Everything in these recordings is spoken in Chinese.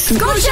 勾选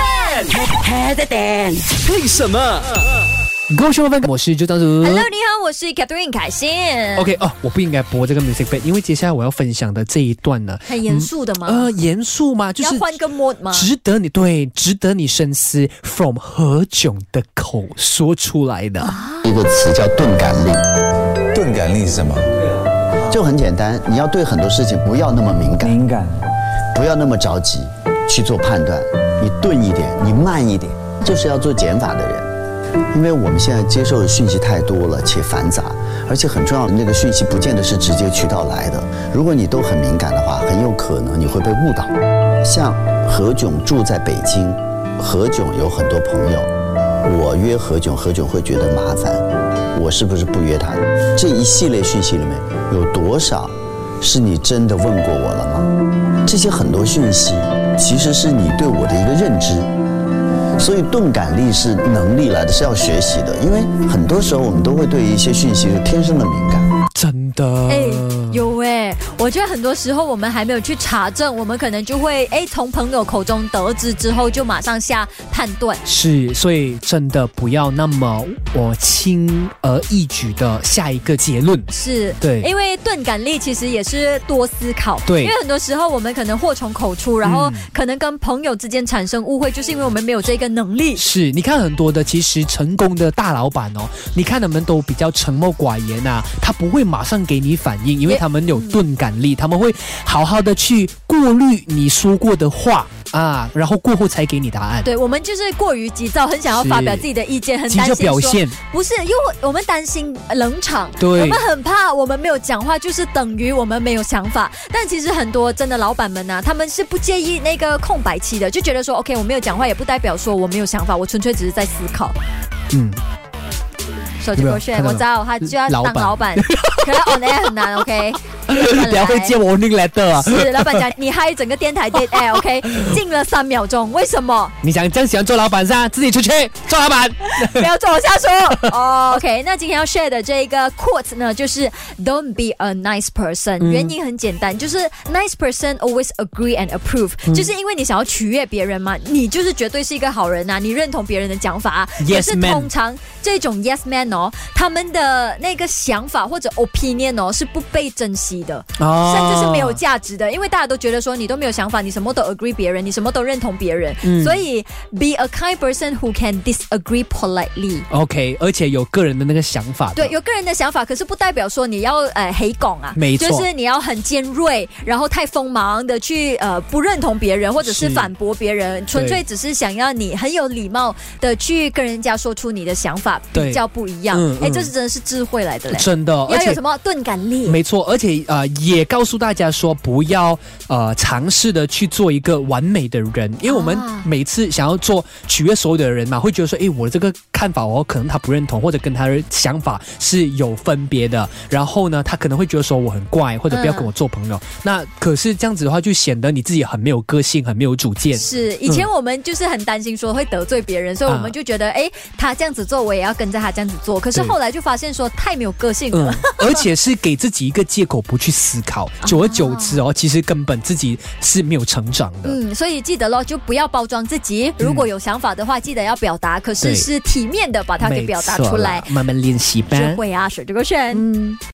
head 的点， 为什么？勾选分，我是周章主。 Hello， 你好，我是 Catherine 凯欣。 OK 我不应该播这个 music bed， 因为接下来我要分享的这一段呢， 很严肃的吗？ 严肃吗？就是要换个 mode 吗？ 值得你深思 ，from 何炅的口说出来的一个词叫钝感力。 钝感力是什么？ 就很简单，你要对很多事情不要那么敏感，不要那么着急去做判断，你钝一点，你慢一点，就是要做减法的人。因为我们现在接受的讯息太多了且繁杂，而且很重要的那个讯息不见得是直接渠道来的。如果你都很敏感的话，很有可能你会被误导。像何炅住在北京，何炅有很多朋友，我约何炅，何炅会觉得麻烦，我是不是不约他？这一系列讯息里面有多少是你真的问过我了吗？这些很多讯息其实是你对我的一个认知。所以钝感力是能力来的，是要学习的。因为很多时候我们都会对一些讯息是天生的敏感。 真的有我觉得很多时候我们还没有去查证，我们可能就会从朋友口中得知之后就马上下判断。 是，所以真的不要那么轻而易举的下一个结论。 是， 对， 因为钝感力其实也是多思考。 对， 因为很多时候我们可能祸从口出，然后可能跟朋友之间产生误会，就是因为我们没有这个能力。 是，你看很多的其实成功的大老板你看他们都比较沉默寡言啊，他不会马上给你反应，因为他们有钝感力，他们会好好的去过滤你说过的话啊，然后过后才给你答案。 对，我们就是过于急躁，很想要发表自己的意见，很担心急着表现。 不是，因为我们担心冷场， 对， 我们很怕我们没有讲话就是等于我们没有想法。但其实很多真的老板们他们是不介意那个空白期的，就觉得说 OK 我没有讲话也不代表说我没有想法，我纯粹只是在思考。手机勾选，我知道他就要当老板，可是 on air 很难 OK。 等下会接 warning letter 啊！ 是，老板讲你害整个电台 dead air OK， 静了3秒钟，为什么？ 你想这样喜欢做老板噻，自己出去做老板， 不要做我下属。OK， 那今天要 share 的这个 quote 呢，就是 Don't be a nice person。原因很简单，就是 nice person always agree and approve，就是因为你想要取悦别人嘛，你就是绝对是一个好人啊，你认同别人的讲法啊。 Yes man。 可是通常这种 yes man 他们的那个想法或者 opinion 是不被珍惜的，甚至是没有价值的，因为大家都觉得说你都没有想法，你什么都 agree 别人，你什么都认同别人，所以 be a kind person who can disagree politely。 OK， 而且有个人的那个想法的。 对，有个人的想法，可是不代表说你要黑拱啊， 没错， 就是你要很尖锐，然后太锋芒的去不认同别人或者是反驳别人，纯粹只是想要你很有礼貌的去跟人家说出你的想法，比较不一样。这是真的是智慧来的嘞， 真的， 要有什么钝感力。 没错，而且也告诉大家说不要尝试的去做一个完美的人，因为我们每次想要做取悦所有的人嘛，会觉得说我的这个看法可能他不认同，或者跟他的想法是有分别的，然后呢他可能会觉得说我很怪，或者不要跟我做朋友。那可是这样子的话就显得你自己很没有个性，很没有主见。 是，以前我们就是很担心说会得罪别人，所以我们就觉得他这样子做我也要跟着他这样子做，可是后来就发现说太没有个性了， 而且是给自己一个借口不去思考，久而久之其实根本自己是没有成长的。 所以记得就不要包装自己，如果有想法的话记得要表达，可是是体面的把它给表达出来， 慢慢练习吧。 学会啊，手这个选。